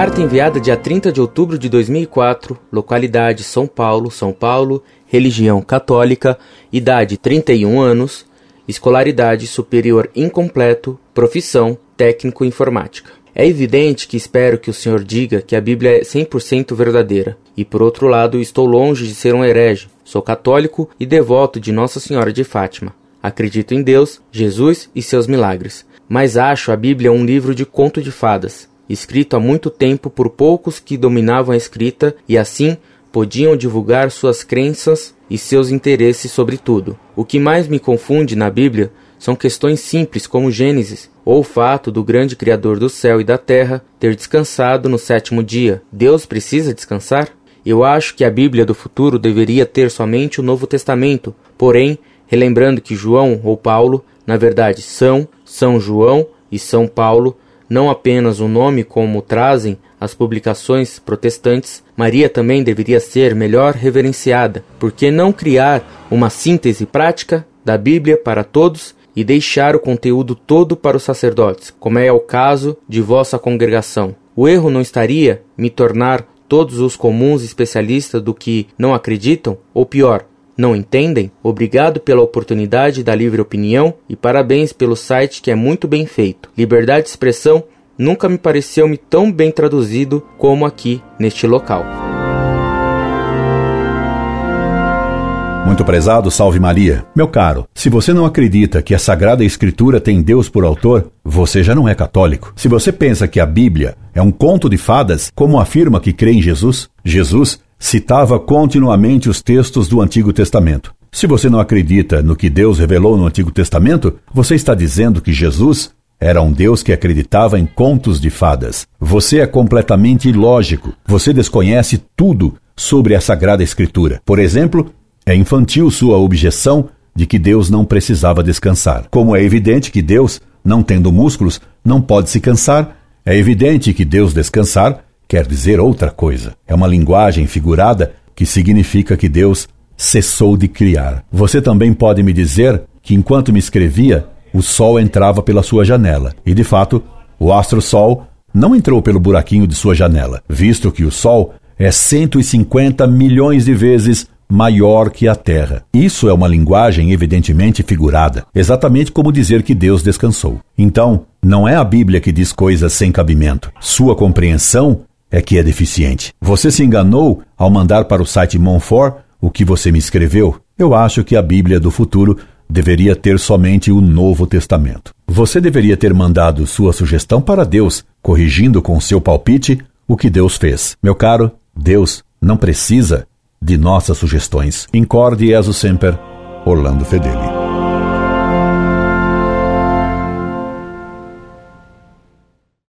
Carta enviada dia 30 de outubro de 2004, localidade São Paulo, religião católica, idade 31 anos, escolaridade superior incompleto, profissão técnico informática. É evidente que espero que o senhor diga que a Bíblia é 100% verdadeira, e por outro lado estou longe de ser um herege, sou católico e devoto de Nossa Senhora de Fátima. Acredito em Deus, Jesus e seus milagres, mas acho a Bíblia um livro de conto de fadas, escrito há muito tempo por poucos que dominavam a escrita e assim podiam divulgar suas crenças e seus interesses sobre tudo. O que mais me confunde na Bíblia são questões simples como Gênesis, ou o fato do grande Criador do céu e da terra ter descansado no 7º dia. Deus precisa descansar? Eu acho que a Bíblia do futuro deveria ter somente o Novo Testamento, porém, relembrando que João ou Paulo, na verdade São João e São Paulo, não apenas o nome como trazem as publicações protestantes, Maria também deveria ser melhor reverenciada. Por que não criar uma síntese prática da Bíblia para todos e deixar o conteúdo todo para os sacerdotes, como é o caso de vossa congregação? O erro não estaria me tornar todos os comuns especialistas do que não acreditam? Ou pior, não entendem? Obrigado pela oportunidade da livre opinião e parabéns pelo site que é muito bem feito. Liberdade de expressão nunca me pareceu-me tão bem traduzido como aqui neste local. Muito prezado, salve Maria. Meu caro, se você não acredita que a Sagrada Escritura tem Deus por autor, você já não é católico. Se você pensa que a Bíblia é um conto de fadas, como afirma que crê em Jesus, Jesus citava continuamente os textos do Antigo Testamento. Se você não acredita no que Deus revelou no Antigo Testamento, você está dizendo que Jesus era um Deus que acreditava em contos de fadas. Você é completamente ilógico. Você desconhece tudo sobre a Sagrada Escritura. Por exemplo, é infantil sua objeção de que Deus não precisava descansar. Como é evidente que Deus, não tendo músculos, não pode se cansar, é evidente que Deus descansar quer dizer outra coisa. É uma linguagem figurada que significa que Deus cessou de criar. Você também pode me dizer que enquanto me escrevia, o sol entrava pela sua janela. E de fato, o astro-sol não entrou pelo buraquinho de sua janela, visto que o sol é 150 milhões de vezes maior que a Terra. Isso é uma linguagem evidentemente figurada, exatamente como dizer que Deus descansou. Então, não é a Bíblia que diz coisas sem cabimento. Sua compreensão é que é deficiente. Você se enganou ao mandar para o site Monfort o que você me escreveu. Eu acho que a Bíblia do futuro deveria ter somente o Novo Testamento. Você deveria ter mandado sua sugestão para Deus, corrigindo com seu palpite o que Deus fez. Meu caro, Deus não precisa de nossas sugestões. Incorde Jesus Semper, Orlando Fedeli.